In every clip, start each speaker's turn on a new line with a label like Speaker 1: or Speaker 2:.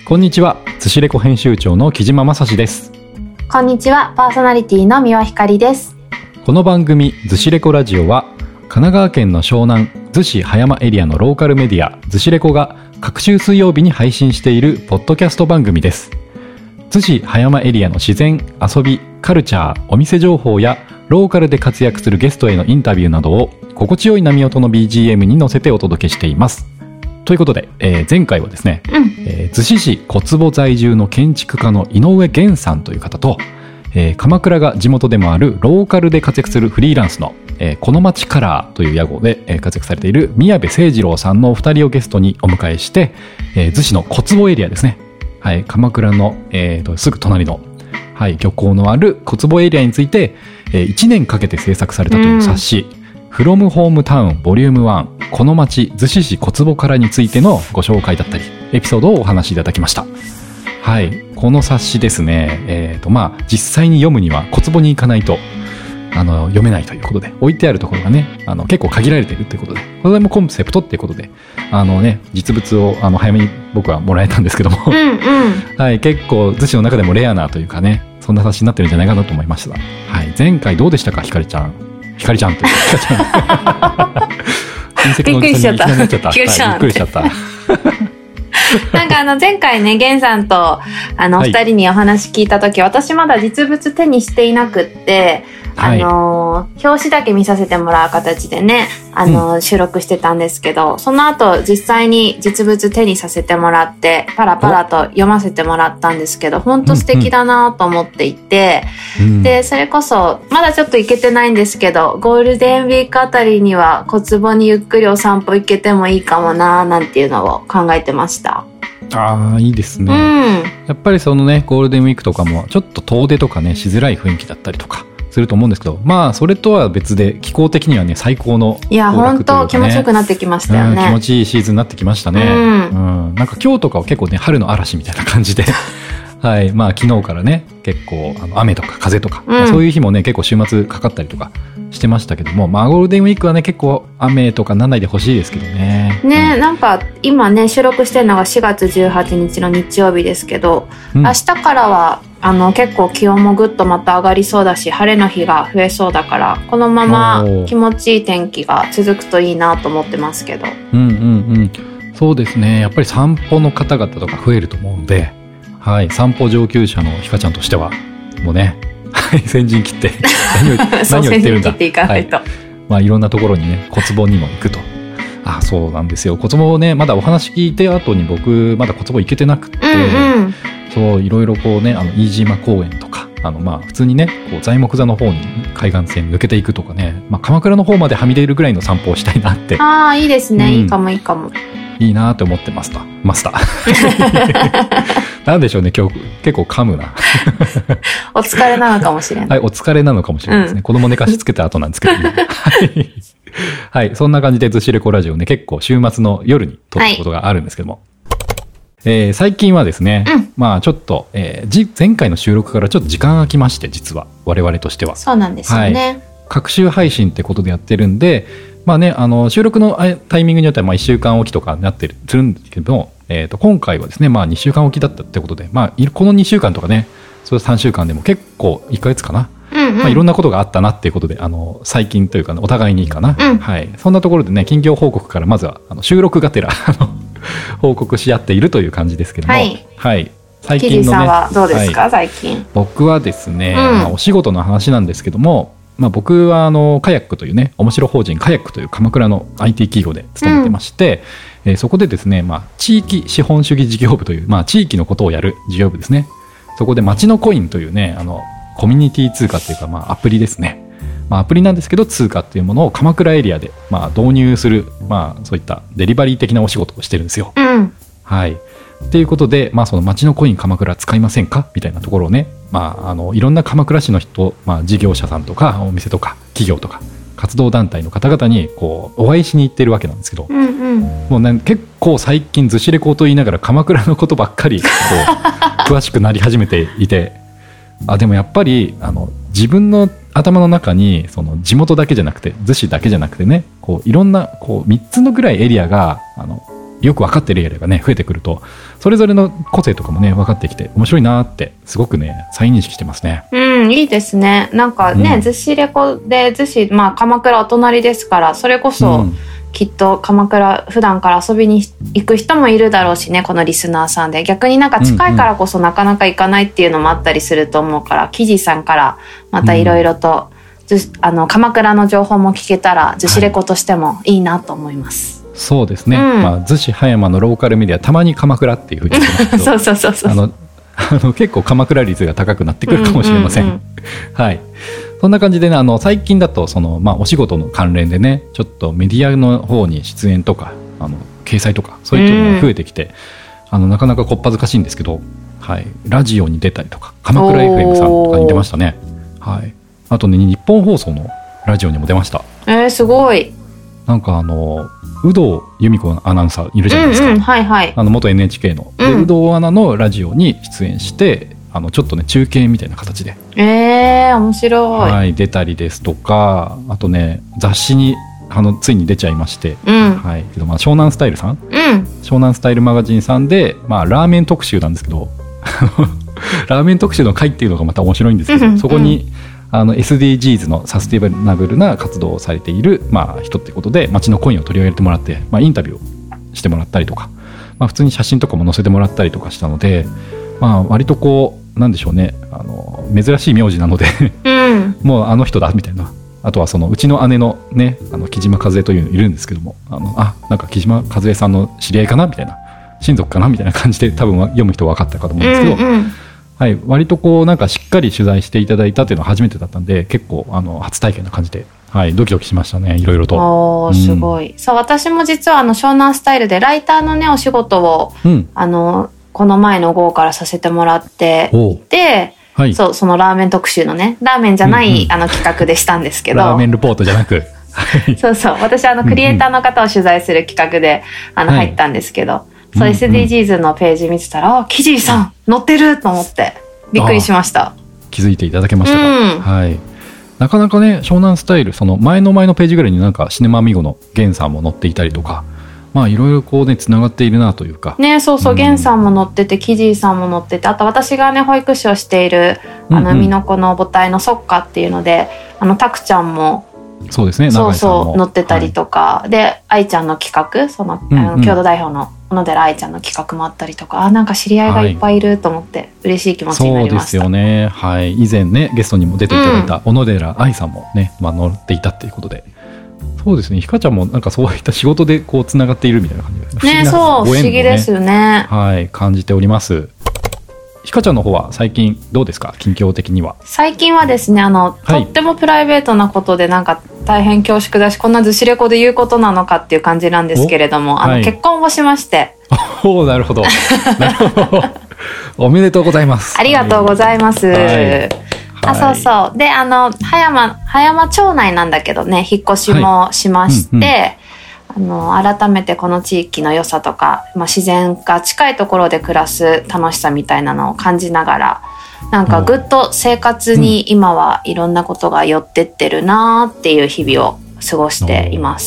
Speaker 1: こんにちは、寿司レコ編集長の木島正史です。
Speaker 2: こんにちは、パーソナリティの三輪ひかりです。
Speaker 1: この番組寿司レコラジオは神奈川県の湘南逗子葉山エリアのローカルメディア寿司レコが各週水曜日に配信しているポッドキャスト番組です。逗子葉山エリアの自然、遊び、カルチャー、お店情報やローカルで活躍するゲストへのインタビューなどを心地よい波音の BGM に乗せてお届けしています。ということで、前回はですね、逗子市小坪在住の建築家の井上源さんという方と、鎌倉が地元でもあるローカルで活躍するフリーランスの、この街カラーという屋号で、活躍されている宮部誠二郎さんのお二人をゲストにお迎えして、逗子の小坪エリアですね、はい、鎌倉の、すぐ隣の、はい、漁港のある小坪エリアについて、1年かけて制作されたという冊子、From Hometown Vol.1 この街逗子市小坪からについてのご紹介だったりエピソードをお話しいただきました。はい、この冊子ですね、実際に読むには小坪に行かないと読めないということで、置いてあるところがね結構限られているということで、これもコンセプトっていうことで実物を早めに僕はもらえたんですけども、はい、結構逗子の中でもレアなというかね、そんな冊子になってるんじゃないかなと思いました。はい、前回どうでしたか、ひかりちゃんというひかりちゃん
Speaker 2: びっくりしちゃった。
Speaker 1: びっくりしちゃった。
Speaker 2: なんか前回ね、源さんとお二人にお話聞いたとき、私まだ実物手にしていなくって、表紙だけ見させてもらう形でね、収録してたんですけど、その後実際に実物手にさせてもらって、パラパラと読ませてもらったんですけど、ほんと素敵だなと思っていて、で、それこそ、まだちょっと行けてないんですけど、ゴールデンウィークあたりには小坪にゆっくりお散歩行けてもいいかもななんていうのを考えてました。
Speaker 1: ああ、いいですね。やっぱりそのね、ゴールデンウィークとかもちょっと遠出とかね、しづらい雰囲気だったりとかすると思うんですけど、それとは別で気候的にはね、最高の
Speaker 2: いや、本当気持ちよくなってきましたよね。
Speaker 1: 気持ちいいシーズンになってきましたね。なんか今日とかは結構ね、春の嵐みたいな感じではい、昨日からね、結構雨とか風とか、そういう日もね、結構週末かかったりとかしてましたけども、ゴールデンウィークはね、結構雨とかなんないでほしいですけどね。
Speaker 2: なんか今ね、収録してるのが4月18日の日曜日ですけど、明日からは結構気温もぐっとまた上がりそうだし、晴れの日が増えそうだから、このまま気持ちいい天気が続くといいなと思ってますけど。
Speaker 1: そうですね。やっぱり散歩の方々とか増えると思うんで、はい、散歩上級者のひかちゃんとしてはもうね、先陣切って何を言ってるんだ。
Speaker 2: 先陣切っていかないと。
Speaker 1: いろんなところにね、小坪にも行くと。そうなんですよ。小坪をね、まだお話聞いて後に僕まだ小坪行けてなくて、そういろいろこうね、飯島公園とか普通にね、こう材木座の方に海岸線抜けていくとかね、鎌倉の方まではみ出るぐらいの散歩をしたいなって。
Speaker 2: いいですね、いいかもいいかも。
Speaker 1: いいなって思ってマスターなんでしょうね、今日結構噛むな
Speaker 2: お疲れなのかもしれない。
Speaker 1: はい、お疲れなのかもしれないですね。子供寝かしつけた後なんですけどねはい、そんな感じで逗子レコラジオね、結構週末の夜に撮ったことがあるんですけども、最近はですね、ちょっと、前回の収録からちょっと時間が空きまして、実は我々としては
Speaker 2: そうなんですよね、
Speaker 1: 各週配信ってことでやってるんで、収録のタイミングによっては1週間おきとかになってするんですけども、今回はですね、2週間おきだったってことで、この2週間とかね、それ3週間でも結構1ヶ月かな、いろんなことがあったなっていうことで、最近というか、お互いにいいかな、はい、そんなところでね、近況報告からまずは収録がてら報告し合っているという感じですけども、はい、最近のね、
Speaker 2: キリさんはどうですか、最近。
Speaker 1: 僕はですね、お仕事の話なんですけども、僕はカヤックというね、面白法人カヤックという鎌倉の IT 企業で勤めてまして、そこでですね、地域資本主義事業部という、地域のことをやる事業部ですね。そこで街のコインというね、コミュニティ通貨っていうか、アプリですね。アプリなんですけど、通貨っていうものを鎌倉エリアで、導入する、そういったデリバリー的なお仕事をしてるんですよ。はい。っていうことで、その街のコイン鎌倉使いませんかみたいなところをね、いろんな鎌倉市の人、事業者さんとかお店とか企業とか活動団体の方々にこうお会いしに行ってるわけなんですけど、もうね、結構最近ずしレコと言いながら鎌倉のことばっかりこう詳しくなり始めていて、でもやっぱり自分の頭の中にその地元だけじゃなくて逗子だけじゃなくてね、こういろんなこう3つのぐらいエリアがよく分かってるエリアがね増えてくると、それぞれの個性とかもね分かってきて面白いなってすごくね再認識してますね。
Speaker 2: いいですね。なんかね、逗子レコで逗子、鎌倉お隣ですから、それこそ、きっと鎌倉普段から遊びに行く人もいるだろうしね、このリスナーさんで。逆になんか近いからこそなかなか行かないっていうのもあったりすると思うから、キジさんからまたいろいろと、鎌倉の情報も聞けたら逗子レコとしてもいいなと思います。
Speaker 1: そうですね、逗子葉山のローカルメディアたまに鎌倉っていうふうに言ってますけどそう結構鎌倉率が高くなってくるかもしれません。はい、そんな感じでね、最近だとお仕事の関連でね、ちょっとメディアの方に出演とか掲載とかそういうのが増えてきて、なかなかこっぱずかしいんですけど、はい、ラジオに出たりとか鎌倉 FM さんとかに出ましたね。はい、あとね日本放送のラジオにも出ました。
Speaker 2: すごい。
Speaker 1: なんか有働由美子アナウンサーいるじゃないですか、
Speaker 2: はいはい、
Speaker 1: 元 NHK の、有働アナのラジオに出演してちょっとね中継みたいな形で
Speaker 2: 面白い、
Speaker 1: はい、出たりですとか、あとね雑誌についに出ちゃいまして、はい、湘南スタイルさん、湘南スタイルマガジンさんで、ラーメン特集なんですけどラーメン特集の回っていうのがまた面白いんですけど、そこにSDGs のサスティナブルな活動をされている、人っていうことで街のコインを取り上げてもらって、インタビューをしてもらったりとか、普通に写真とかも載せてもらったりとかしたので、割とこうなんでしょうね、珍しい名字なのでもう人だみたいな。あとはうちの姉のね木島和恵というのいるんですけども、なんか木島和恵さんの知り合いかなみたいな、親族かなみたいな感じで多分読む人は分かったかと思うんですけど、はい、割とこうなんかしっかり取材していただいたっていうのは初めてだったんで、結構初体験な感じで、はい、ドキドキしましたね、いろいろと。
Speaker 2: すごい。そう、私も実は湘南スタイルでライターのねお仕事を、この前の号からさせてもらっていて、はい、そのラーメン特集のね、ラーメンじゃない、企画でしたんですけど、
Speaker 1: ラーメンレポートじゃなく
Speaker 2: そうそう、私クリエイターの方を取材する企画で入ったんですけど、そう SDGs のページ見てたら、キジさん載ってると思ってびっくりしました。
Speaker 1: 気づいていただけましたか。はい、なかなかね湘南スタイル前のページぐらいになんかシネマアミゴのゲンさんも載っていたりとか、いろいろこうねつながっているなというか
Speaker 2: ね。そうそう、ゲンさんも載っててキジさんも載ってて、あと私がね保育士をしている海の子の母体のそっかっていうのでタクちゃんも
Speaker 1: そうですね、
Speaker 2: そうそう載ってたりとか、で愛ちゃんの企画共同代表の小野寺愛ちゃんの企画もあったりとか、なんか知り合いがいっぱいいると思って嬉しい気持ちになりました。
Speaker 1: そうですよね、はい、以前ねゲストにも出ていただいた小野寺愛さんもね、乗っていたっていうことで、そうですね、ひかちゃんもなんかそういった仕事でこうつながっているみたいな感じで
Speaker 2: ね、そう不思議ですよね、
Speaker 1: はい、感じております。ひかちゃんの方は最近どうですか、近況的には。
Speaker 2: 最近はですねとってもプライベートなことでなんか大変恐縮だし、こんな逗子レコで言うことなのかっていう感じなんですけれども、結婚をしまして。
Speaker 1: なるほどなるほどおめでとうございます。
Speaker 2: ありがとうございます、そうそうで葉山町内なんだけどね、引っ越しもしまして、改めてこの地域の良さとか、自然が近いところで暮らす楽しさみたいなのを感じながら、なんかぐっと生活に今はいろんなことが寄ってってるなっていう日々を過ごしています。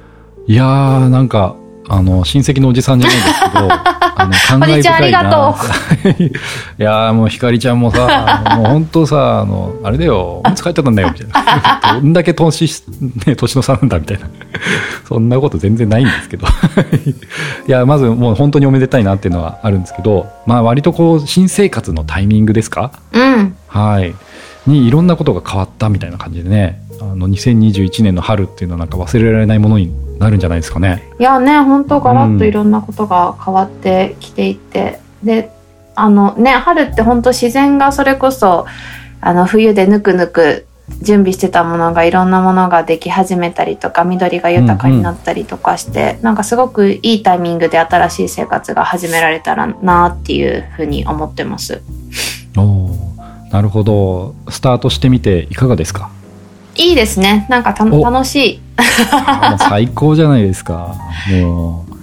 Speaker 1: いやー、なんか親戚のおじさんじゃないですけど感慨深いな。おじちゃんありがとういやーもうひかりちゃんもさもう本当さあれだよ、おむつ帰っちゃったんだよみたいなどんだけ年の差なんだみたいなそんなこと全然ないんですけどいやまずもう本当におめでたいなっていうのはあるんですけど、割とこう新生活のタイミングですか、はいにいろんなことが変わったみたいな感じでね、2021年の春っていうのはなんか忘れられないものになるんじゃないですかね。
Speaker 2: いやね、本当ガラッといろんなことが変わってきていて、で春って本当自然がそれこそ冬でぬくぬく準備してたものがいろんなものができ始めたりとか、緑が豊かになったりとかして、なんかすごくいいタイミングで新しい生活が始められたらなっていうふうに思ってます。
Speaker 1: なるほど。スタートしてみていかがですか？
Speaker 2: いいですね。なんか楽しい。
Speaker 1: もう最高じゃないですか。もう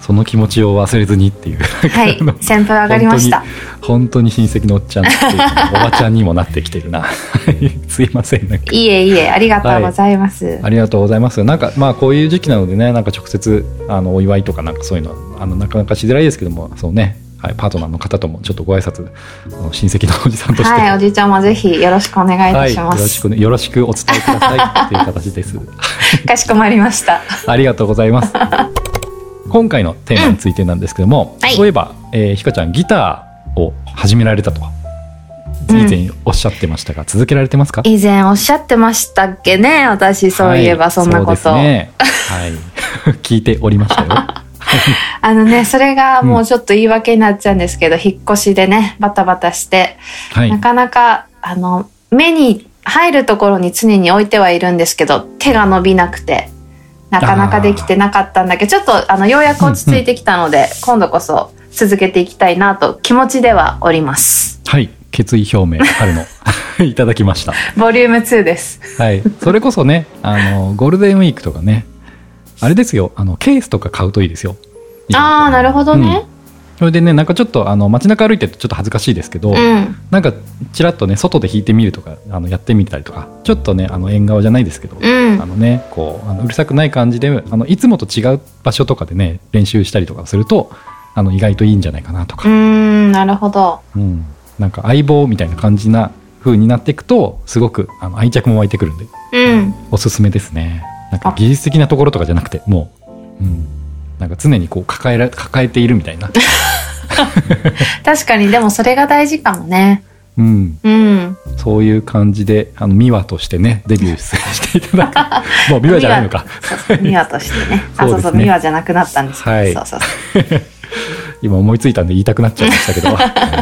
Speaker 1: その気持ちを忘れずにっていう、
Speaker 2: はい、旋風上がりました。
Speaker 1: 本当に親戚のおっちゃんっていうかおばちゃんにもなってきてるなすいません、なんか
Speaker 2: いえいえ、ありがとうございます、はい、
Speaker 1: ありがとうございます。なんかまあこういう時期なのでね、なんか直接お祝いとかなんかそういうのなかなかしづらいですけども、そうね、はい、パートナーの方ともちょっとご挨拶、親戚のおじさんとして、
Speaker 2: はい、おじいちゃんもぜひよろしくお願いいたします、
Speaker 1: はい、よろしくお伝えくださいという形です
Speaker 2: かしこまりました
Speaker 1: ありがとうございます今回のテーマについてなんですけども、
Speaker 2: はい、
Speaker 1: そういえば、ひかちゃんギターを始められたと以前おっしゃってましたが、続けられてますか？
Speaker 2: 以前おっしゃってましたっけね、私そういえばそんなこと、はい、そうですね、はい、聞
Speaker 1: いておりましたよ
Speaker 2: ね、それがもうちょっと言い訳になっちゃうんですけど、引っ越しでねバタバタして、はい、なかなか目に入るところに常に置いてはいるんですけど、手が伸びなくてなかなかできてなかったんだけど、ちょっとようやく落ち着いてきたので、今度こそ続けていきたいなと気持ちではおります。
Speaker 1: はい、決意表明あるのいただきました。
Speaker 2: ボリューム2です。
Speaker 1: はい、それこそねゴールデンウィークとかね、あれですよ、ケースとか買うといいですよ。
Speaker 2: ああ、なるほどね、
Speaker 1: それでね、なんかちょっと街中歩いてるとちょっと恥ずかしいですけど、なんかちらっとね外で弾いてみるとかやってみたりとか、ちょっとね縁側じゃないですけど、ね、こううるさくない感じでいつもと違う場所とかでね練習したりとかすると意外といいんじゃないかなとか。
Speaker 2: なるほど、
Speaker 1: なんか相棒みたいな感じな風になっていくとすごく愛着も湧いてくるんで、おすすめですね。なんか技術的なところとかじゃなくて、もう、なんか常にこう抱えているみたいな
Speaker 2: 確かに、でもそれが大事かもね。
Speaker 1: そういう感じでミワとしてねデビューしていただくもうミワじゃないのか
Speaker 2: ミワとしてねそうそう、ミワじゃなくなったんですけど、はい、そう
Speaker 1: 今思いついたんで言いたくなっちゃいましたけど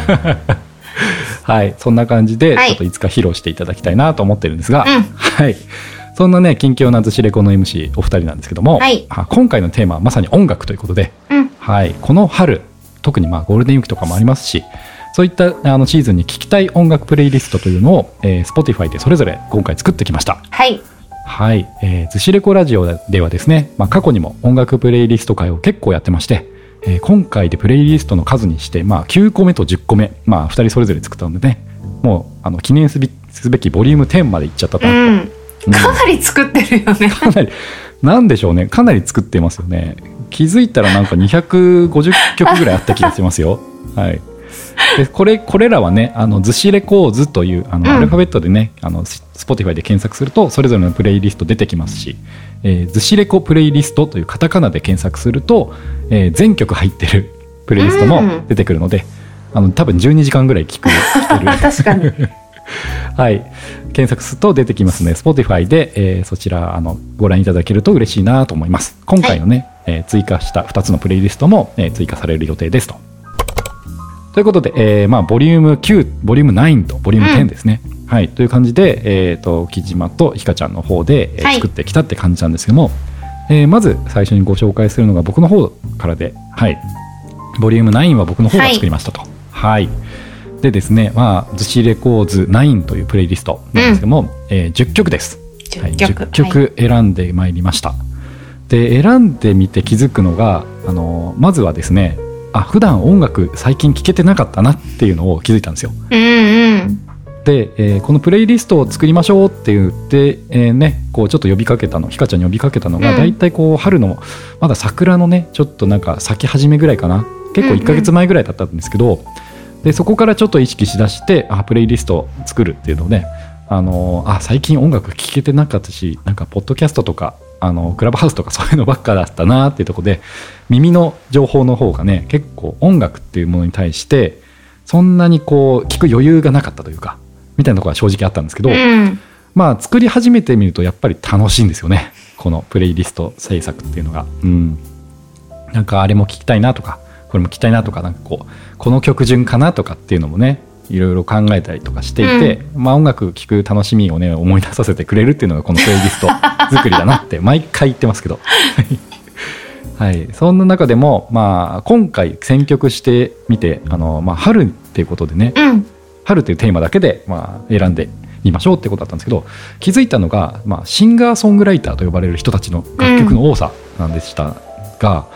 Speaker 1: はい、そんな感じでちょっといつか披露していただきたいなと思ってるんですが、はい、そんなね近況なずしレコの MC お二人なんですけども、今回のテーマはまさに音楽ということで、はい、この春特にゴールデンウィークとかもありますし、そういったシーズンに聴きたい音楽プレイリストというのを、Spotify でそれぞれ今回作ってきました。
Speaker 2: はい、
Speaker 1: はい、ずしレコラジオではですね、過去にも音楽プレイリスト会を結構やってまして、今回でプレイリストの数にして、9個目と10個目、2人それぞれ作ったのでね、もう記念すべきボリューム10までいっちゃったと、
Speaker 2: かなり作ってるよね
Speaker 1: かなりなんでしょうね、かなり作ってますよね。気づいたらなんか250曲ぐらいあった気がしますよはい、でこれらはねずしレコーズというアルファベットでねSpotify で検索するとそれぞれのプレイリスト出てきますし、ずしレコプレイリストというカタカナで検索すると、全曲入ってるプレイリストも出てくるので、多分12時間ぐらい聴ける
Speaker 2: 確かに
Speaker 1: はい、検索すると出てきますので Spotify で、そちらご覧いただけると嬉しいなと思います。今回のね、追加した2つのプレイリストも、追加される予定ですということで、ボリューム9、ボリューム9とボリューム10ですね、はい、という感じで、木島とひかちゃんの方で、作ってきたって感じなんですけども、まず最初にご紹介するのが僕の方からで、はい、ボリューム9は僕の方が作りましたと、はいでですね、ずしレコーズ9というプレイリストなんですけども、10曲です。10曲選んでまいりました、で選んでみて気づくのがまずはですね、普段音楽最近聴けてなかったなっていうのを気づいたんですよ、で、このプレイリストを作りましょうって言って、ね、こうちょっと呼びかけたの、ひかちゃんに呼びかけたのが、だいたいこう春のまだ桜のねちょっとなんか咲き始めぐらいかな、結構1ヶ月前ぐらいだったんですけど、でそこからちょっと意識しだしてプレイリストを作るっていうので、最近音楽聴けてなかったし、なんかポッドキャストとかクラブハウスとかそういうのばっかだったなっていうところで、耳の情報の方がね結構音楽っていうものに対してそんなにこう聞く余裕がなかったというかみたいなところが正直あったんですけど、作り始めてみるとやっぱり楽しいんですよね、このプレイリスト制作っていうのが、なんかあれも聞きたいなとかこれも聞きたいなとか、なんかこの曲順かなとかっていうのもねいろいろ考えたりとかしていて、音楽聴く楽しみをね思い出させてくれるっていうのがこのプレイリスト作りだなって毎回言ってますけどはい、そんな中でも、今回選曲してみて春っていうことでね、春っていうテーマだけで、選んでみましょうってことだったんですけど、気づいたのが、シンガーソングライターと呼ばれる人たちの楽曲の多さなんでしたが、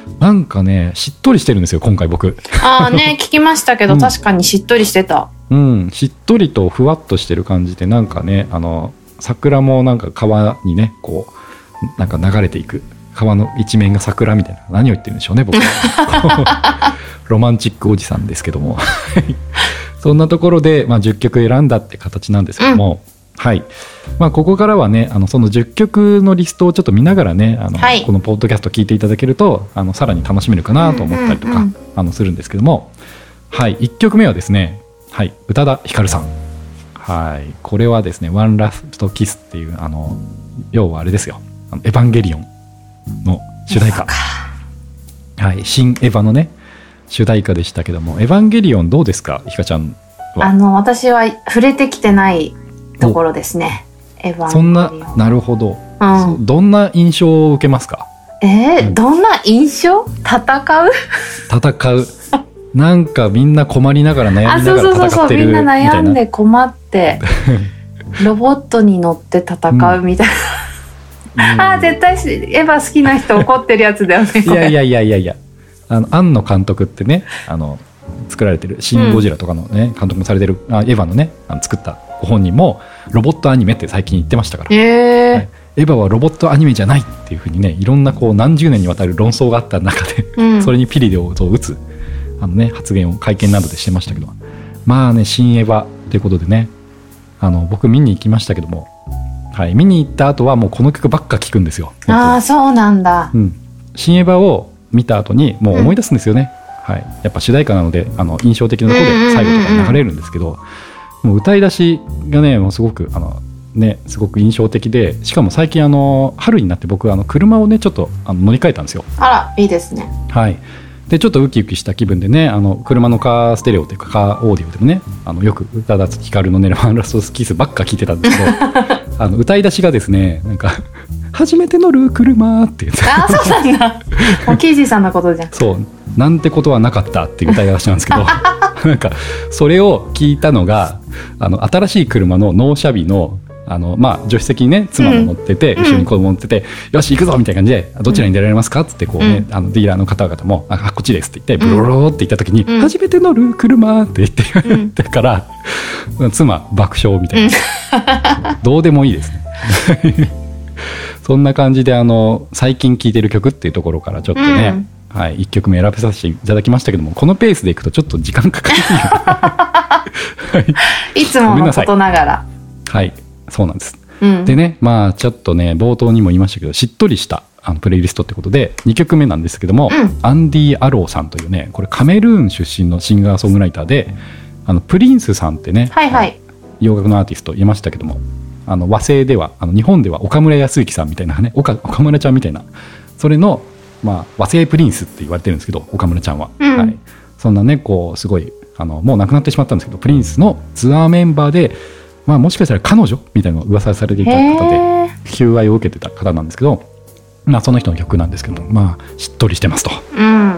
Speaker 1: なんかねしっとりしてるんですよ今回僕。
Speaker 2: ああね聞きましたけど、確かにしっとりしてた。
Speaker 1: しっとりとふわっとしてる感じで、なんかね桜もなんか川にねこうなんか流れていく、川の一面が桜みたいな、何を言ってるんでしょうね僕ロマンチックおじさんですけどもそんなところで、10曲選んだって形なんですけども、はい、ここからはねその10曲のリストをちょっと見ながらね
Speaker 2: はい、
Speaker 1: このポッドキャスト聞いていただけるとさらに楽しめるかなと思ったりとか、するんですけども、はい、1曲目はですね、はい、宇多田ヒカルさん、はい、これはですねワンラストキスっていう要はあれですよ、エヴァンゲリオンの主題歌、はい、新エヴァのね主題歌でしたけども、エヴァンゲリオンどうですかひかちゃんは。
Speaker 2: 私は触れてきてないところですね。エヴァンゲリオン。そん
Speaker 1: なるほど、どんな印象を受けますか。
Speaker 2: どんな印象。戦う
Speaker 1: なんかみんな困りながら悩みながら戦ってるみたいな。みんな
Speaker 2: 悩んで困ってロボットに乗って戦うみたいな、絶対エヴァ好きな人怒ってるやつだよね
Speaker 1: いや庵野監督ってね作られてるシン・ゴジラとかのね、監督もされてるエヴァのね作ったご本人もロボットアニメって最近言ってましたから、はい、エヴァはロボットアニメじゃないっていうふうにね、いろんなこう何十年にわたる論争があった中で、それにピリオドを打つ発言を会見などでしてましたけど、新エヴァということでね僕見に行きましたけども、はい、見に行った後はもうこの曲ばっか聴くんですよ。
Speaker 2: そうなんだ、
Speaker 1: 新エヴァを見た後にもう思い出すんですよね、はい、やっぱ主題歌なので印象的なところで最後とかに流れるんですけど、もう歌い出しがねもうすごくすごく印象的で、しかも最近春になって僕車をねちょっと乗り換えたんですよ。
Speaker 2: あらいいですね。
Speaker 1: はい、でちょっとウキウキした気分でね車のカーステレオというかカーオーディオでもねよく宇多田ヒカルのねワンラストキスばっか聞いてたんですけど歌い出しがですねなんか初めて乗る車っていう
Speaker 2: そうなんだもうキージーさんのことじゃん。
Speaker 1: そうなんてことはなかったっていう歌い出しなんですけどなんかそれを聞いたのが新しい車の納車日の助手席にね妻も乗ってて、後ろに子供乗ってて、よし行くぞみたいな感じで、どちらに出られますかっつってこうね、ディーラーの方々もこっちですって言ってブロロロって言った時に、初めて乗る車って言ってから、妻爆笑みたいな、どうでもいいですねそんな感じで最近聴いてる曲っていうところからちょっとね、はい、1曲目選べさせていただきましたけども、このペースでいくとちょっと時間かかりすぎる
Speaker 2: いつものことながら、
Speaker 1: はい、そうなんです、でねちょっとね冒頭にも言いましたけどしっとりしたプレイリストってことで2曲目なんですけども、アンディ・アローさんというね、これカメルーン出身のシンガーソングライターでプリンスさんってね、洋楽のアーティストいましたけども、和製では日本では岡村康之さんみたいなね、岡村ちゃんみたいな、それの和製プリンスって言われてるんですけど、岡村ちゃんは、はい、そんなねこうすごいもう亡くなってしまったんですけど、プリンスのツアーメンバーで、もしかしたら彼女みたいなのを噂されていた方で求愛を受けてた方なんですけど、その人の曲なんですけども、しっとりしてますと、はい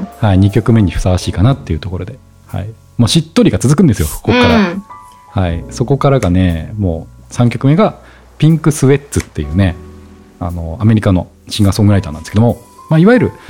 Speaker 1: 、2曲目にふさわしいかなっていうところで、はい、もうしっとりが続くんですよここから、はい、そこからがねもう3曲目がピンクスウェッツっていうねアメリカのシンガーソングライターなんですけども、いわゆる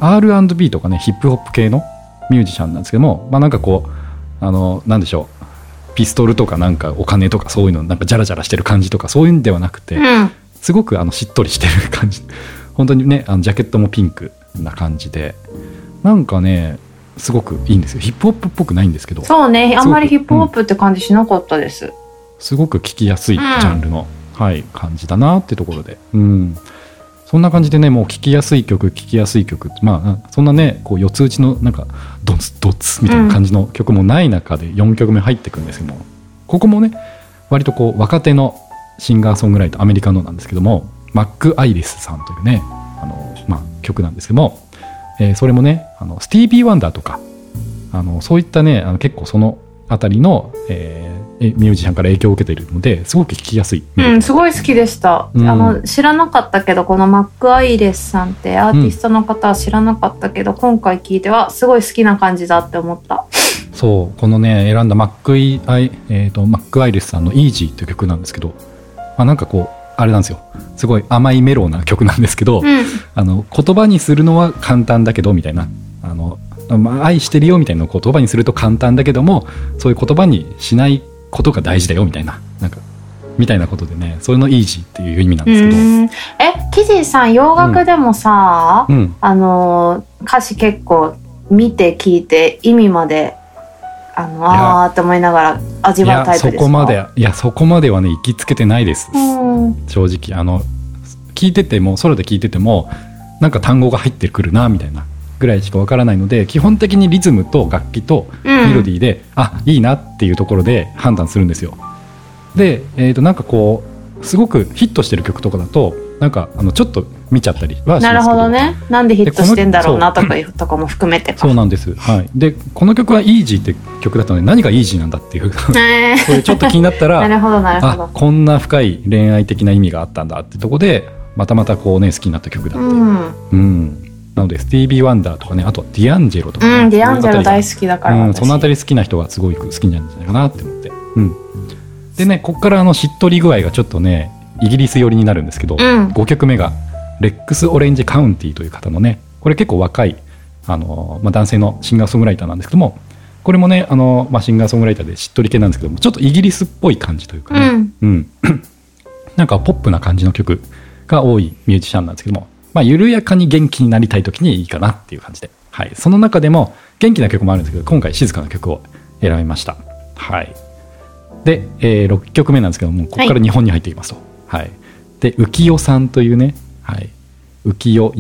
Speaker 1: R&B とかねヒップホップ系のミュージシャンなんですけども、なんかこうなんでしょう、ピストルとかなんかお金とかそういうのなんかジャラジャラしてる感じとかそういうんではなくて、すごくしっとりしてる感じ、本当にねジャケットもピンクな感じで、なんかねすごくいいんですよ。ヒップホップっぽくないんですけど、
Speaker 2: そうね、あんまりヒップホップって感じしなかったです、
Speaker 1: すごく聴きやすいジャンルの、はい、感じだなってところで、そんな感じでねもう聴きやすい曲そんなねこう四つ打ちのなんかドツドツみたいな感じの曲もない中で4曲目入ってくるんですけども、ここもね割とこう若手のシンガーソングライターアメリカのなんですけども、マック・アイリスさんというね曲なんですけども、それもねスティービー・ワンダーとかそういったね結構そのあたりの、ミュージシャンから影響を受けているのですごく聴きやすい、
Speaker 2: すごい好きでした、知らなかったけど、このマック・アイレスさんってアーティストの方は知らなかったけど、今回聴いてはすごい好きな感じだって思った。
Speaker 1: そうこのね選んだマック・アイレスさんのイージーという曲なんですけど、なんかこうあれなんですよ、 すごい甘いメロウな曲なんですけど、言葉にするのは簡単だけどみたいな、愛してるよみたいなのを言葉にすると簡単だけども、そういう言葉にしないことが大事だよみたいな、なんかみたいなことでね、それのイージーっていう意味なんですけど。
Speaker 2: キジさん洋楽でもさ、歌詞結構見て聞いて意味まであーって思いながら味わうタイプですか？
Speaker 1: そこまではね行きつけてないです、正直。聞いててもソロで聞いててもなんか単語が入ってくるなみたいなぐらいしかわからないので、基本的にリズムと楽器とメロディーで、いいなっていうところで判断するんですよ。で、なんかこうすごくヒットしてる曲とかだとなんかちょっと見ちゃったりはしますけど。なるほどね。
Speaker 2: なんでヒットしてんだろうなとかいうとこも含めてか。
Speaker 1: そうなんです、はい。でこの曲はイージーって曲だったので、何がイージーなんだっていうこれちょっと気になったら
Speaker 2: なるほど
Speaker 1: こんな深い恋愛的な意味があったんだってとこでまたこうね好きになった曲だっていう、なのでスティービー・ワンダーとかね、あとディアンジェロとかね、
Speaker 2: ディアンジェロ大好きだから、
Speaker 1: そのあたり好きな人がすごい好きなんじゃないかなって思って、でね、ここからしっとり具合がちょっとねイギリス寄りになるんですけど、5曲目がレックス・オレンジ・カウンティという方のね、これ結構若い男性のシンガーソングライターなんですけども、これもねシンガーソングライターでしっとり系なんですけども、ちょっとイギリスっぽい感じというかね、なんかポップな感じの曲が多いミュージシャンなんですけども、緩やかに元気になりたい時にいいかなっていう感じで、その中でも元気な曲もあるんですけど、今回静かな曲を選びました。で、6曲目なんですけども、ここから日本に入っていきますと、で浮世さんというね、浮世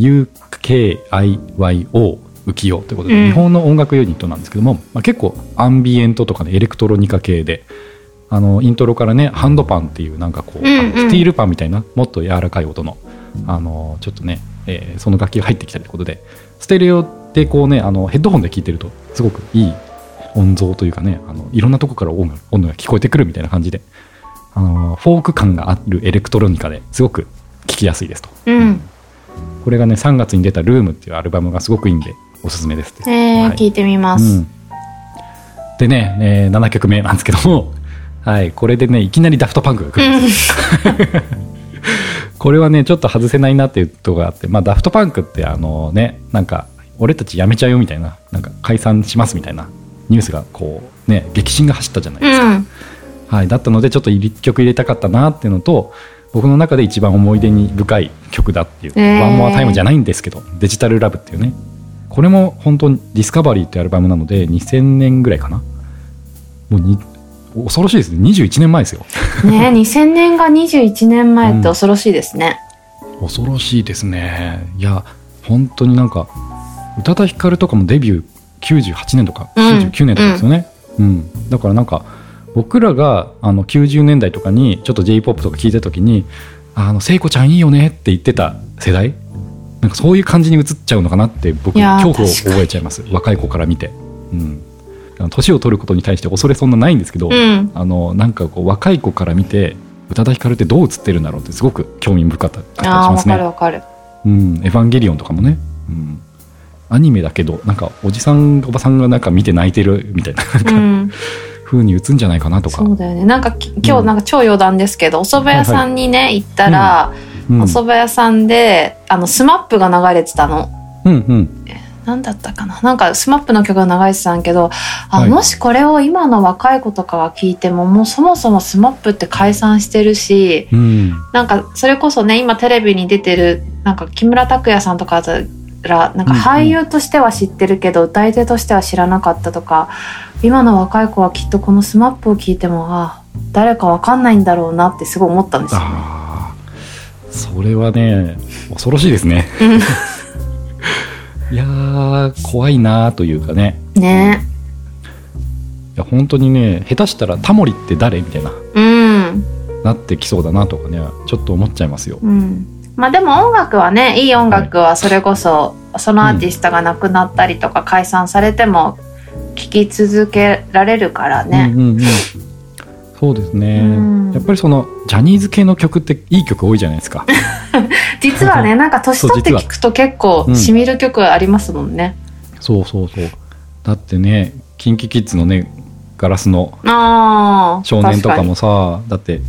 Speaker 1: UKIYO 浮世ということで、日本の音楽ユニットなんですけども、結構アンビエントとかねエレクトロニカ系で、イントロからねハンドパンっていうなんかこう、スティールパンみたいなもっと柔らかい音のちょっとね、その楽器が入ってきたということで、ステレオでこうねヘッドホンで聴いてるとすごくいい音像というかね、いろんなとこから音が聞こえてくるみたいな感じで、フォーク感があるエレクトロニカですごく聴きやすいですと、これがね3月に出たルームっていうアルバムがすごくいいんでおすすめですって、
Speaker 2: 聞いてみます、
Speaker 1: でね、7曲目なんですけども、これでねいきなりダフトパンクが来るんですこれはねちょっと外せないなっていうところがあって、ダフトパンクってなんか俺たちやめちゃうよみたいな、なんか解散しますみたいなニュースがこうね激震が走ったじゃないですか、だったのでちょっと1曲入れたかったなっていうのと、僕の中で一番思い出に深い曲だっていう、ワンモアタイムじゃないんですけど、デジタルラブっていうね、これも本当にディスカバリーっていうアルバムなので2000年ぐらいかな、もう恐ろしいですね、21年前ですよ
Speaker 2: ね。2000年が21年前って恐ろしいですね、
Speaker 1: 恐ろしいですね。いや本当になんか宇多田ヒカルとかもデビュー98年とか99年とかですよね、だからなんか僕らが90年代とかにちょっと J-POP とか聞いた時に聖子ちゃんいいよねって言ってた世代、なんかそういう感じに映っちゃうのかなって僕恐怖を覚えちゃいます、若い子から見て、年を取ることに対して恐れそんなないんですけど、なんかこう若い子から見て宇多田ヒカルってどう映ってるんだろうってすごく興味深かったりしますね。
Speaker 2: わかる、
Speaker 1: エヴァンゲリオンとかもね、アニメだけどなんかおじさんおばさんがなんか見て泣いてるみたいな、風に打つんじゃないかなとか。
Speaker 2: そうだよね。なんか今日なんか超余談ですけど、お蕎麦屋さんにね、行ったら、お蕎麦屋さんでスマップが流れてたの。なんだったかな、なんかスマップの曲が流れてたんだけど、もしこれを今の若い子とかが聞いても、もうそもそもスマップって解散してるし、なんかそれこそね今テレビに出てるなんか木村拓哉さんとからなんか俳優としては知ってるけど、歌い手としては知らなかったとか、今の若い子はきっとこのスマップを聞いても誰かわかんないんだろうなってすごい思ったんですよね。
Speaker 1: それはね恐ろしいですねいや怖いなというかね。いや本当にね、下手したらタモリって誰みたいな、なってきそうだなとかね、ちょっと思っちゃいますよ。
Speaker 2: でも音楽はね、いい音楽はそれこそ、そのアーティストが亡くなったりとか解散されても聴き続けられるからね。
Speaker 1: そうですね、やっぱりそのジャニーズ系の曲っていい曲多いじゃないですか
Speaker 2: 実はね、なんか年取って聴くと結構しみる曲ありますもんね。
Speaker 1: そうだってね、KinKiKidsのねガラスの少年とかもさ、だって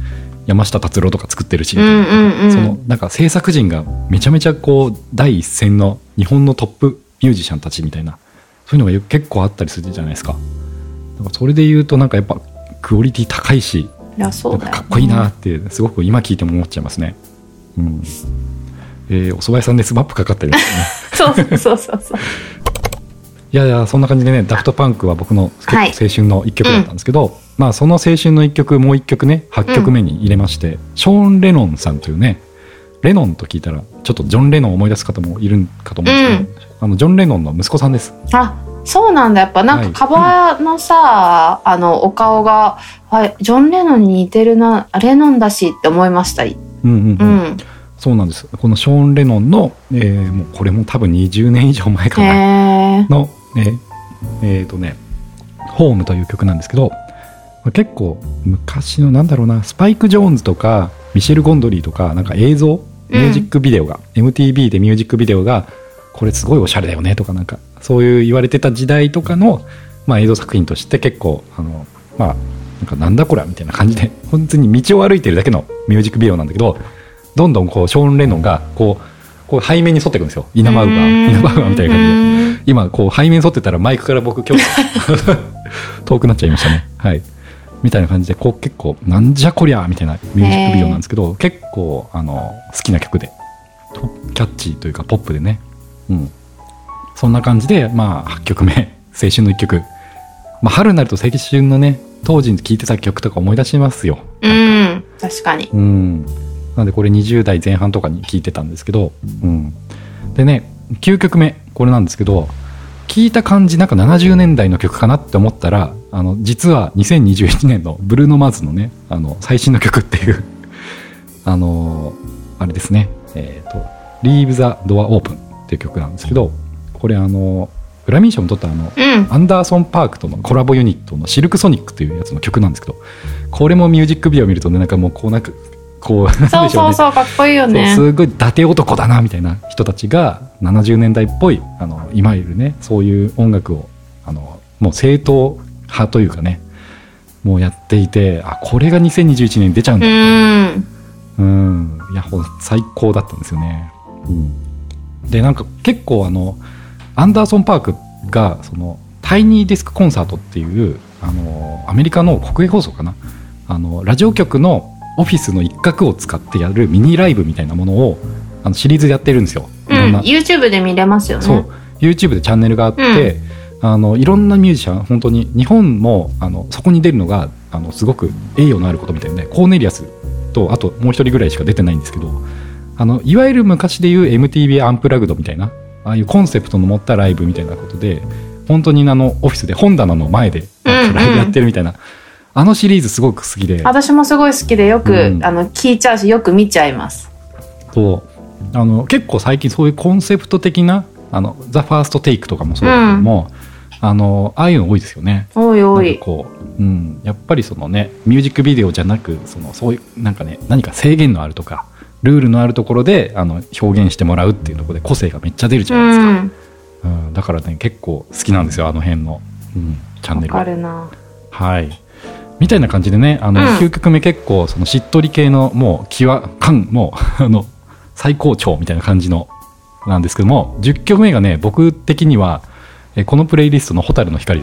Speaker 1: 山下達郎とか作ってるしみたいな、そのなんか制作陣がめちゃめちゃこう第一線の日本のトップミュージシャンたちみたいな、そういうのが結構あったりするじゃないですか。だからそれで言うとなんかやっぱクオリティ高いし、
Speaker 2: いやそうだよね、
Speaker 1: なんかかっこいいなってすごく今聞いても思っちゃいますね。お蕎麦屋さんでスマップかかってるんです
Speaker 2: ね。そう。
Speaker 1: いやそんな感じでね、ダフトパンクは僕の結構青春の一曲だったんですけど、まあその青春の一曲もう一曲ね8曲目に入れまして、ショーン・レノンさんというね、レノンと聞いたらちょっとジョン・レノンを思い出す方もいるかと思うんですけど、ジョン・レノンの息子さんです。
Speaker 2: あ、そうなんだ。やっぱなんかカバーのさ、お顔がジョン・レノンに似てるな、レノンだしって思いました。
Speaker 1: そうなんです。このショーン・レノンの、もうこれも多分20年以上前かなの、ホームという曲なんですけど、結構昔のなんだろうな、スパイク・ジョーンズとかミシェル・ゴンドリーとかなんか映像ミュージックビデオが、MTV でミュージックビデオがこれすごいおしゃれだよねとかなんかそういう言われてた時代とかの、まあ、映像作品として結構まあなんだこれみたいな感じで本当に道を歩いてるだけのミュージックビデオなんだけど、どんどんこうショーン・レノンがこう背面に沿っていくんですよ。イナバウアーみたいな感じで、今こう背面に沿ってたらマイクから僕今日遠くなっちゃいましたね。はいみたいな感じでこう結構なんじゃこりゃみたいなミュージックビデオなんですけど、結構好きな曲でキャッチーというかポップでね、そんな感じで、まあ8曲目青春の1曲、まあ、春になると青春のね当時に聴いてた曲とか思い出しますよ。
Speaker 2: 確かに。
Speaker 1: なんでこれ20代前半とかに聴いてたんですけど、でね9曲目これなんですけど、聴いた感じなんか70年代の曲かなって思ったら実は2021年のブルーノ・マーズのね最新の曲っていうあれですね、Leave the Door Open っていう曲なんですけど、これグラミー賞も取ったアンダーソン・パークとのコラボユニットのシルクソニックというやつの曲なんですけど、これもミュージックビデオを見るとね、なんかもうそう
Speaker 2: かっこいいよね。
Speaker 1: すごい伊達男だなみたいな人たちが70年代っぽいいわゆるねそういう音楽をもう正統派というかねもうやっていて、これが2021年に出ちゃうんだって、いや最高だったんですよね。でなんか結構アンダーソン・パークがそのタイニーディスクコンサートっていうアメリカの国営放送かなラジオ局のオフィスの一角を使ってやるミニライブみたいなものをシリーズでやってるんですよ。
Speaker 2: YouTube で見れますよね。
Speaker 1: そう YouTube でチャンネルがあって、いろんなミュージシャン本当に日本もそこに出るのがすごく栄誉のあることみたいで、コーネリアスとあともう一人ぐらいしか出てないんですけど、いわゆる昔でいう MTV アンプラグドみたいなああいうコンセプトの持ったライブみたいなことで、本当にオフィスで本棚の前でライブやってるみたいな、シリーズすごく好きで、
Speaker 2: 私もすごい好きでよく、聞いちゃうしよく見ちゃいます。
Speaker 1: 結構最近そういうコンセプト的なザ・ファーストテイクとかもそうだけども、ああいうの多いですよね。
Speaker 2: 多い
Speaker 1: やっぱりそのねミュージックビデオじゃなくそういうなんかね何か制限のあるとかルールのあるところで表現してもらうっていうところで個性がめっちゃ出るじゃないですか。だからね結構好きなんですよ辺の、チャンネルは。
Speaker 2: わかるな。
Speaker 1: はいみたいな感じでね9曲目結構そのしっとり系のもう感も最高潮みたいな感じのなんですけども、10曲目がね僕的にはこのプレイリストの蛍の光です。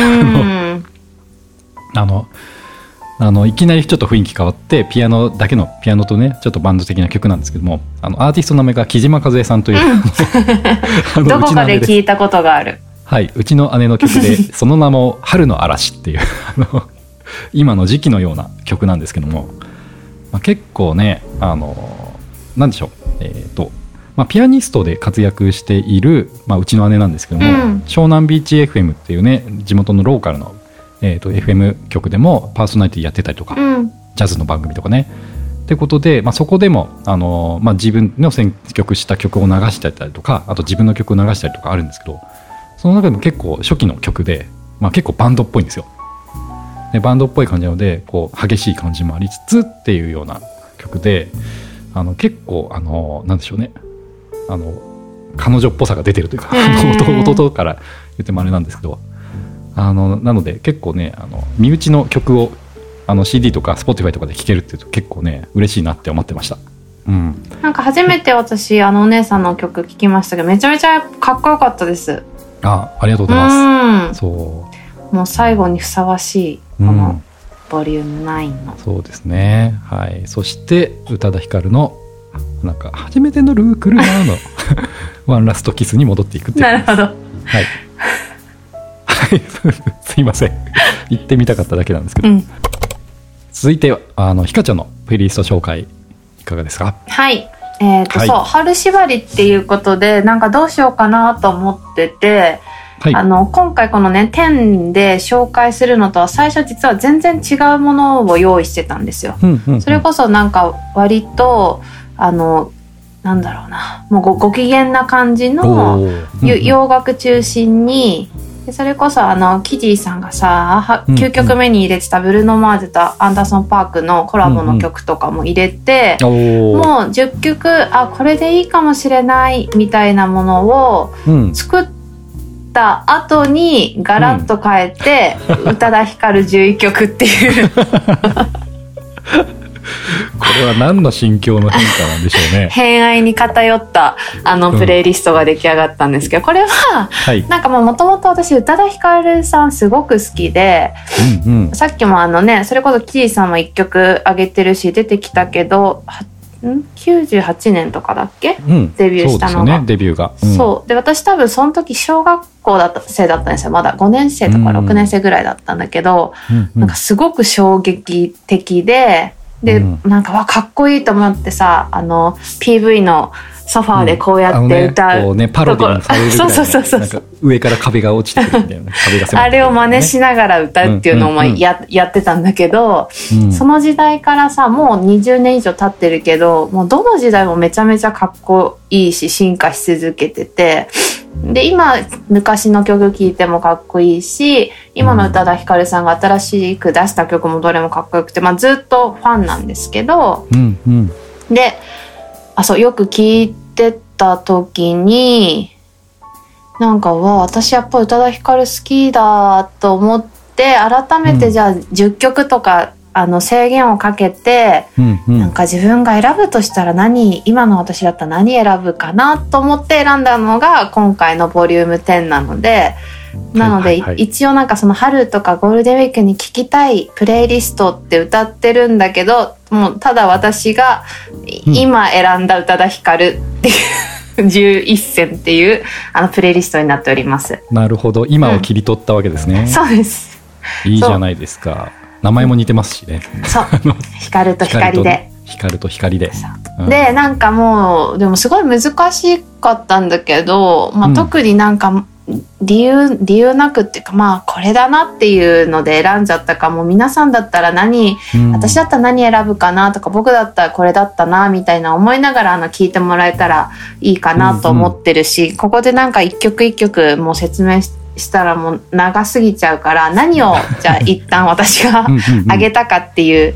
Speaker 1: いきなりちょっと雰囲気変わってピアノとねちょっとバンド的な曲なんですけども、アーティストの名前が木島和恵さんという、
Speaker 2: どこかで聞いたことがある。
Speaker 1: はい、うちの姉の曲でその名も春の嵐っていう今の時期のような曲なんですけども、結構ねなんでしょう、ピアニストで活躍している、うちの姉なんですけども、湘南ビーチ FM っていうね地元のローカルの、FM 局でもパーソナリティやってたりとか、ジャズの番組とかねってことで、そこでも自分の選曲した曲を流してたりとか、あと自分の曲を流したりとかあるんですけど、その中でも結構初期の曲で、結構バンドっぽいんですよ。でバンドっぽい感じなので激しい感じもありつつっていうような曲で、結構なんでしょうね、彼女っぽさが出てるというか弟から言ってもあれなんですけど、なので結構ね身内の曲を CD とか Spotify とかで聴けるっていうと結構ね嬉しいなって思ってました。
Speaker 2: なんか初めて私お姉さんの曲聴きましたけど、めちゃめちゃかっこよかったです。
Speaker 1: ありがとうございます。そう
Speaker 2: もう最後にふさわしいこのボリューム9の、
Speaker 1: そうですね。はい。そして宇多田ヒカルのなんか初めて乗る車のワンラストキスに戻っていくっていう。
Speaker 2: なるほど。
Speaker 1: はい。すいません。言ってみたかっただけなんですけど。続いてひかちゃんのプレイリスト紹介いかがですか？
Speaker 2: はい。そう、春縛りっていうことで、なんかどうしようかなと思ってて、はい、今回このね、10で紹介するのとは最初実は全然違うものを用意してたんですよ。それこそなんか割と、なんだろうな、もうご機嫌な感じの洋楽中心に、それこそキジーさんがさ、9曲目に入れてたブルーノ・マーズとアンダーソン・パークのコラボの曲とかも入れて、もう10曲これでいいかもしれないみたいなものを作った後にガラッと変えて、宇多田ヒカル11曲っていう
Speaker 1: これは何の心境の変化なんでしょうね。
Speaker 2: 偏愛に偏ったプレイリストが出来上がったんですけど、これは、なんかもともと私宇多田ヒカルさんすごく好きで、さっきもそれこそキーさんも1曲あげてるし出てきたけど、98年とかだっけ、デビューしたのが。そうですね、デビューが。そうで、私多分その時小学校生だったんですよ。まだ5年生とか6年生ぐらいだったんだけど、なんかすごく衝撃的で、なんかかっこいいと思ってさ、PV のソファーでこうやって歌う、
Speaker 1: パロディにされるぐらいの、なんか上から壁が落ちてくるみたいな、壁が迫ってくる、あれを真似しながら歌うっていうのをやってたんだけど、その時代からさ、もう20年以上経ってるけど、もうどの時代もめちゃめちゃかっこいいし進化し続けてて、で今昔の曲聴いてもかっこいいし、今の宇多田ヒカルさんが新しく出した曲もどれもかっこよくて、ずっとファンなんですけど、でそうよく聴いてた時になんか私やっぱ宇多田ヒカル好きだと思って、改めてじゃあ10曲とか制限をかけて、なんか自分が選ぶとしたら今の私だったら何選ぶかなと思って選んだのが今回のボリューム10なので、一応なんかその春とかゴールデンウィークに聴きたいプレイリストって歌ってるんだけど、もうただ私が今選んだ宇多田ヒカルっていう11選っていうプレイリストになっております。なるほど、今を切り取ったわけですね。
Speaker 2: そうです。
Speaker 1: いいじゃないですか。名前も似てますしね。
Speaker 2: そう光と光で。
Speaker 1: 光と光で。
Speaker 2: でなんかもうでもすごい難しかったんだけど、特になんか理由なくっていうか、これだなっていうので選んじゃったかも。皆さんだったら私だったら何選ぶかなとか、僕だったらこれだったなみたいな思いながら聞いてもらえたらいいかなと思ってるし、ここでなんか一曲一曲もう説明したらもう長すぎちゃうから、何をじゃあ一旦私があげたかっていう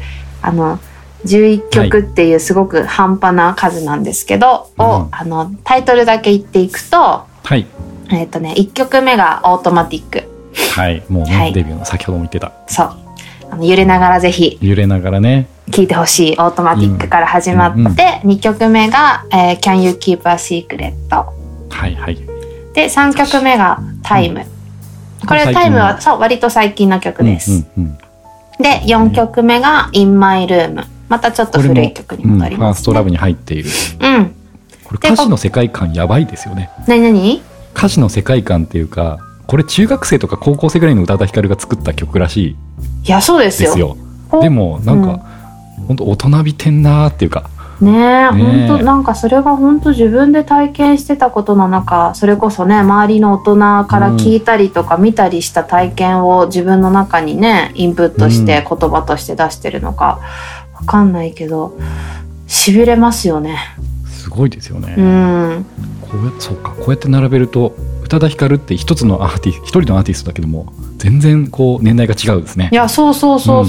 Speaker 2: 11曲っていうすごく半端な数なんですけど、タイトルだけ言っていくと、1曲目がオートマティック。はい、もうね、デビューの先ほども言ってた。そう、揺れながらぜひ揺れながらね聴いてほしいオートマティックから始まって、2曲目が、Can You Keep a Secret。で3曲目がタイム。これタイムは割と最近の曲です。で4曲目が In My Room。またちょっと古い曲に戻りますね。ファーストラブに入っている。これ歌詞の世界観やばいですよね。何歌詞の世界観っていうか、これ中学生とか高校生ぐらいの宇多田ヒカルが作った曲らしい。いやそうですよ。でもなんか、本当大人びてんなーっていうか。本当なんかそれが本当自分で体験してたことなのか、それこそね周りの大人から聞いたりとか見たりした体験を自分の中にねインプットして言葉として出してるのかわかんないけど、痺れますよね。すごいですよね。こうやって並べると宇多田ヒカルって一人のアーティストだけども全然こう年代が違うですね。いやそう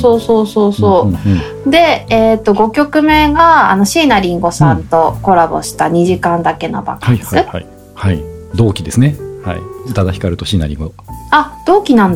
Speaker 2: で、5曲目が椎名林檎さんとコラボした2時間だけのバカンス。同期ですね。宇多田ヒカルと椎名林檎。同期なんだ。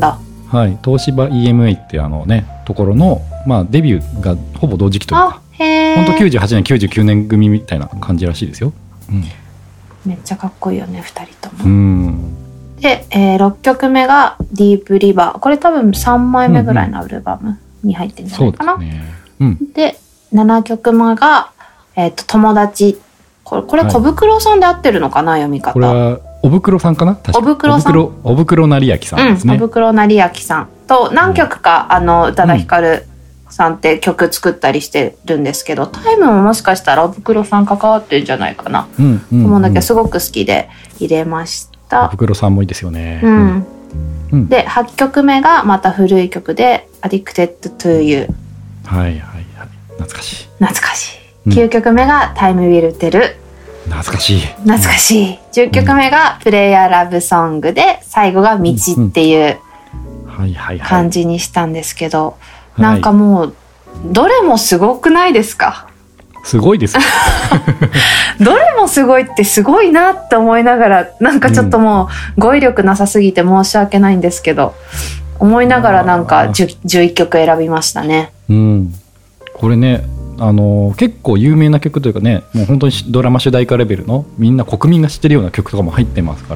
Speaker 1: はい、東芝 EMA ってところの、デビューがほぼ同時期というか、本当98年99年組みたいな感じらしいですよ、
Speaker 2: めっちゃかっこいいよね2人とも。で、6曲目がディープリバー。これ多分3枚目ぐらいのアルバムに入ってるんじゃないかな。
Speaker 1: そうですね。
Speaker 2: で7曲目が、友達。これ小袋さんで合ってるのかな、読み方。
Speaker 1: これはおぶくろさんかな、確か。おぶくろさん。おぶくろ成明さんですね。
Speaker 2: おぶくろ成明さんと何曲か、宇多田ヒカルさんって曲作ったりしてるんですけど、タイムももしかしたらおぶくろさん関わってるんじゃないかな、と思うんだけど、すごく好きで入れました。
Speaker 1: おぶくろさんもいいですよね。
Speaker 2: で8曲目がまた古い曲で Addicted to You。
Speaker 1: はいはいはい、懐かしい。
Speaker 2: 9曲目が Time Will Tell。
Speaker 1: 懐かしい。
Speaker 2: 10曲目がプレイヤーラブソングで、最後が道っていう感じにしたんですけど、なんかもうどれもすごくないですか？
Speaker 1: すごいです
Speaker 2: どれもすごいってすごいなって思いながら、なんかちょっともう語彙力なさすぎて申し訳ないんですけど、思いながらなんか11曲選びましたね。
Speaker 1: これね、結構有名な曲というかね、もう本当にドラマ主題歌レベルのみんな国民が知ってるような曲とかも入ってますから、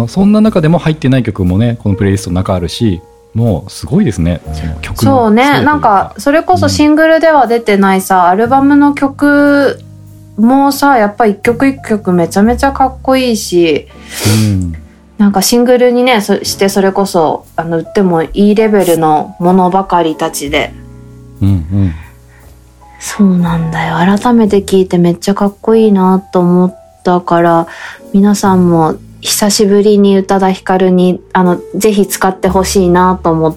Speaker 1: そんな中でも入ってない曲もねこのプレイリストの中あるし、もうすごいですね、その曲の。そうね、
Speaker 2: なんかそれこそシングルでは出てないさ、アルバムの曲もさ、やっぱり一曲一曲めちゃめちゃかっこいいし、なんかシングルにねしてそれこそ売ってもいいレベルのものばかりたちで、そうなんだよ。改めて聞いてめっちゃかっこいいなと思ったから、皆さんも久しぶりに宇多田ヒカルにぜひ使ってほしいなと思って、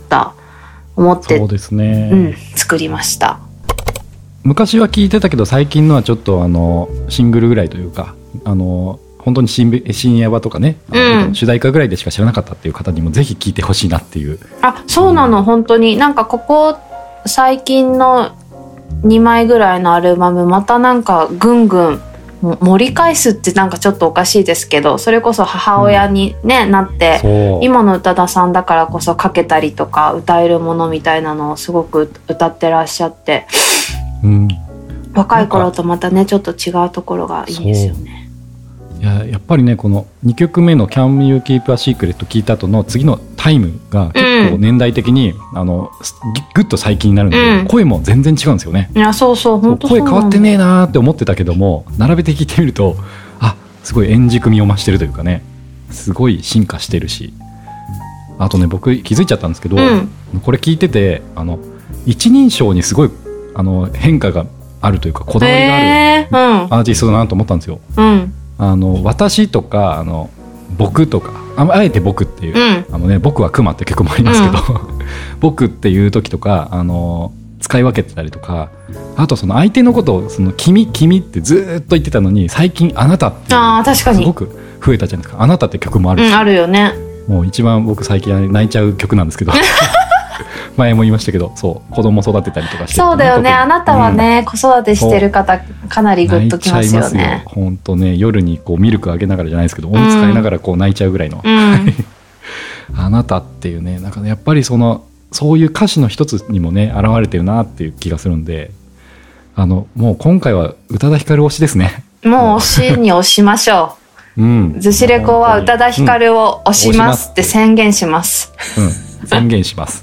Speaker 1: そうですね、
Speaker 2: 作りました。
Speaker 1: 昔は聞いてたけど、最近のはちょっとシングルぐらいというか、本当に深夜場とかね、主題歌ぐらいでしか知らなかったっていう方にもぜひ聞いてほしいなっていう。
Speaker 2: そうなの、本当になんかここ最近の2枚ぐらいのアルバム、またなんかぐんぐん盛り返すってなんかちょっとおかしいですけど、それこそ母親に、なって今の宇多田さんだからこそ書けたりとか歌えるものみたいなのをすごく歌ってらっしゃって、若い頃とまたねちょっと違うところがいいですよね。
Speaker 1: やっぱりね、この2曲目の Can You Keep a Secret 聞いた後の次のタイムが結構年代的に、ぐっと最近になるので、声も全然違うんですよね。
Speaker 2: そう本当
Speaker 1: 声変わってねえなーって思ってたけども、並べて聞いてみるとすごい円熟味を増してるというかね、すごい進化してるし、あとね、僕気づいちゃったんですけど、これ聞いてて一人称にすごい変化があるというか、こだわりがあるアーティストだなと思ったんですよ。私とか僕とか、あえて僕っていう、僕はクマって曲もありますけど、僕っていう時とか使い分けてたりとか、あとその相手のことを君ってずっと言ってたのに、最近あなたって
Speaker 2: 確かに
Speaker 1: すごく増えたじゃないですか。あなたって曲もあるし、
Speaker 2: あるよね。
Speaker 1: もう一番僕最近泣いちゃう曲なんですけど前も言いましたけど、そう子供育てたりとかして、
Speaker 2: そうだよね、あなたはね、子育てしてる方かなりグッときますよね。
Speaker 1: 本当ね、夜にこうミルクあげながらじゃないですけど、おむつ替えながらこう泣いちゃうぐらいの、あなたっていうね、なんかやっぱりそういう歌詞の一つにもね現れてるなっていう気がするんで、もう今回は宇多田ヒカル推しですね。
Speaker 2: もう推しに推しましょう。ズシレコは宇多田ヒカルを推しますって宣言します。
Speaker 1: 宣言します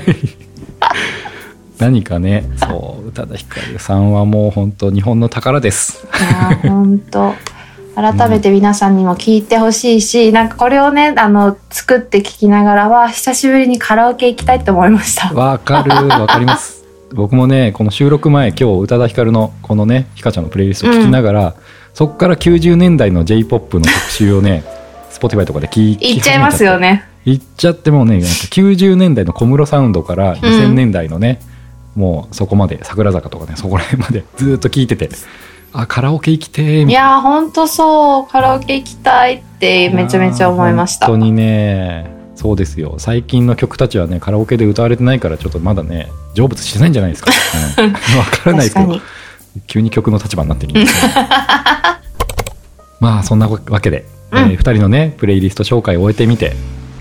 Speaker 1: 何かね、そう宇多田ヒカルさんはもう本当日本の宝です。
Speaker 2: 本当改めて皆さんにも聞いてほしいし、なんかこれをね作って聞きながらは久しぶりにカラオケ行きたいと思いました。
Speaker 1: わかります僕もね、この収録前、今日宇多田ヒカルのこのねひかちゃんのプレイリストを聞きながら、そこから90年代の J-POP の特集をねSpotify とかで聞
Speaker 2: いっちゃいますよね。
Speaker 1: 行っちゃって、もうね、90年代の小室サウンドから2000年代のね、もうそこまで桜坂とかね、そこら辺までずっと聞いてて、カラオケ行きてーみたいな。
Speaker 2: いやほんとそう、カラオケ行きたいってめちゃめちゃ思いました。
Speaker 1: 本当にね、そうですよ。最近の曲たちはねカラオケで歌われてないから、ちょっとまだね成仏してないんじゃないですか。分からないですけど、急に曲の立場になってるんですねまあそんなわけで、2人のねプレイリスト紹介を終えてみて、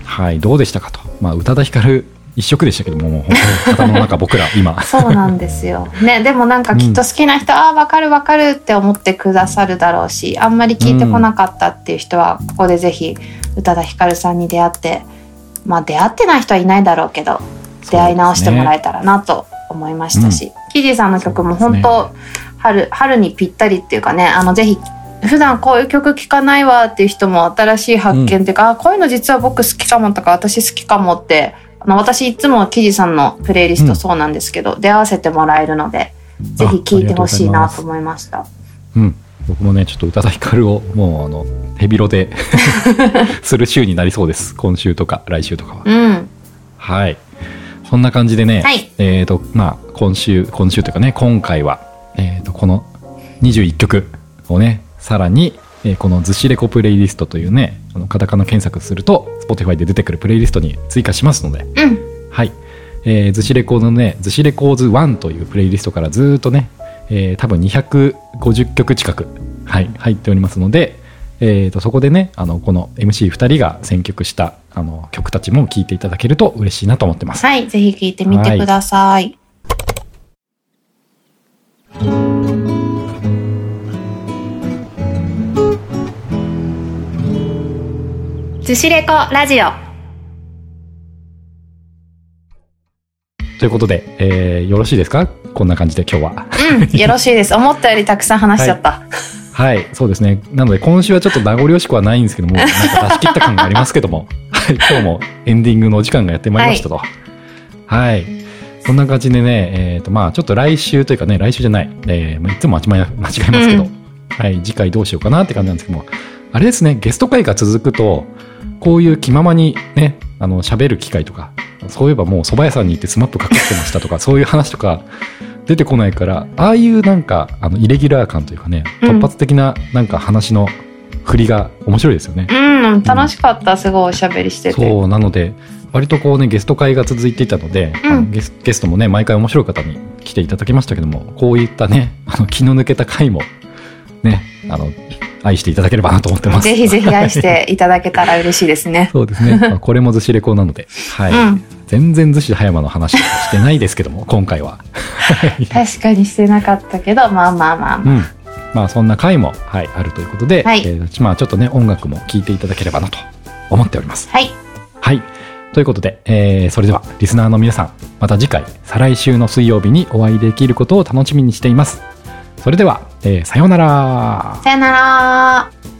Speaker 1: はい、どうでしたかと。宇多田ヒカル一色でしたけども、もう本当に頭の中僕ら今
Speaker 2: そうなんですよね。でもなんかきっと好きな人、わかるわかるって思ってくださるだろうし、あんまり聞いてこなかったっていう人はここでぜひ宇多田ヒカルさんに出会って、出会ってない人はいないだろうけど、出会い直してもらえたらなと思いましたし、キジさんの曲も本当、春にぴったりっていうかね、ぜひ普段こういう曲聴かないわっていう人も新しい発見っていうか、こういうの実は僕好きかもとか私好きかもって、私いつもキジさんのプレイリストそうなんですけど、出会わせてもらえるので、ぜひ聴いてほしいなと思いました。
Speaker 1: 僕もねちょっと宇多田ヒカルをもうヘビロでする週になりそうです。今週とか来週とかは。はい。そんな感じでね、はい、今週というかね、今回は、この21曲をね、さらに、このずしレコプレイリストというね、カタカナ検索すると Spotify で出てくるプレイリストに追加しますので、はい、ずしレコのね、ずしレコーズ1というプレイリストからずっとね、多分250曲近く、はい、入っておりますので、そこでね、この MC2 人が選曲した曲たちも聴いていただけると嬉しいなと思ってます。
Speaker 2: はい、ぜひ聴いてみてください。ずしレコラジオ
Speaker 1: ということで、よろしいですか？こんな感じで今日は。
Speaker 2: よろしいです。思ったよりたくさん話しちゃった。
Speaker 1: はい、そうですね。なので今週はちょっと名残惜しくはないんですけども、なんか出し切った感がありますけども、今日もエンディングのお時間がやってまいりましたと。はい。そんな感じでね、ちょっと来週というかね、来週じゃない、いつも間違えますけど、はい、次回どうしようかなって感じなんですけども、あれですね、ゲスト会が続くと、こういう気ままにね、喋る機会とか、そういえばもう蕎麦屋さんに行ってスマップかかってましたとか、そういう話とか出てこないから、ああいうなんかイレギュラー感というかね、突発的ななんか話の振りが面白いですよね。
Speaker 2: 楽しかった。すごいおしゃべりしてて。
Speaker 1: そうなので割とこうね、ゲスト会が続いていたので、ゲストもね毎回面白い方に来ていただきましたけども、こういったね気の抜けた回もね愛していただければなと思ってます。
Speaker 2: ぜひぜひ愛していただけたら嬉しいですね。
Speaker 1: そうですね。これもずしレコなので、はい、全然ずし葉山の話してないですけども今回は
Speaker 2: 確かにしてなかったけど、
Speaker 1: そんな回も、はい、あるということで、ちょっとね音楽も聴いていただければなと思っております。
Speaker 2: はい、
Speaker 1: はい、ということで、それではリスナーの皆さん、また次回再来週の水曜日にお会いできることを楽しみにしています。それでは、さようなら。
Speaker 2: さようなら。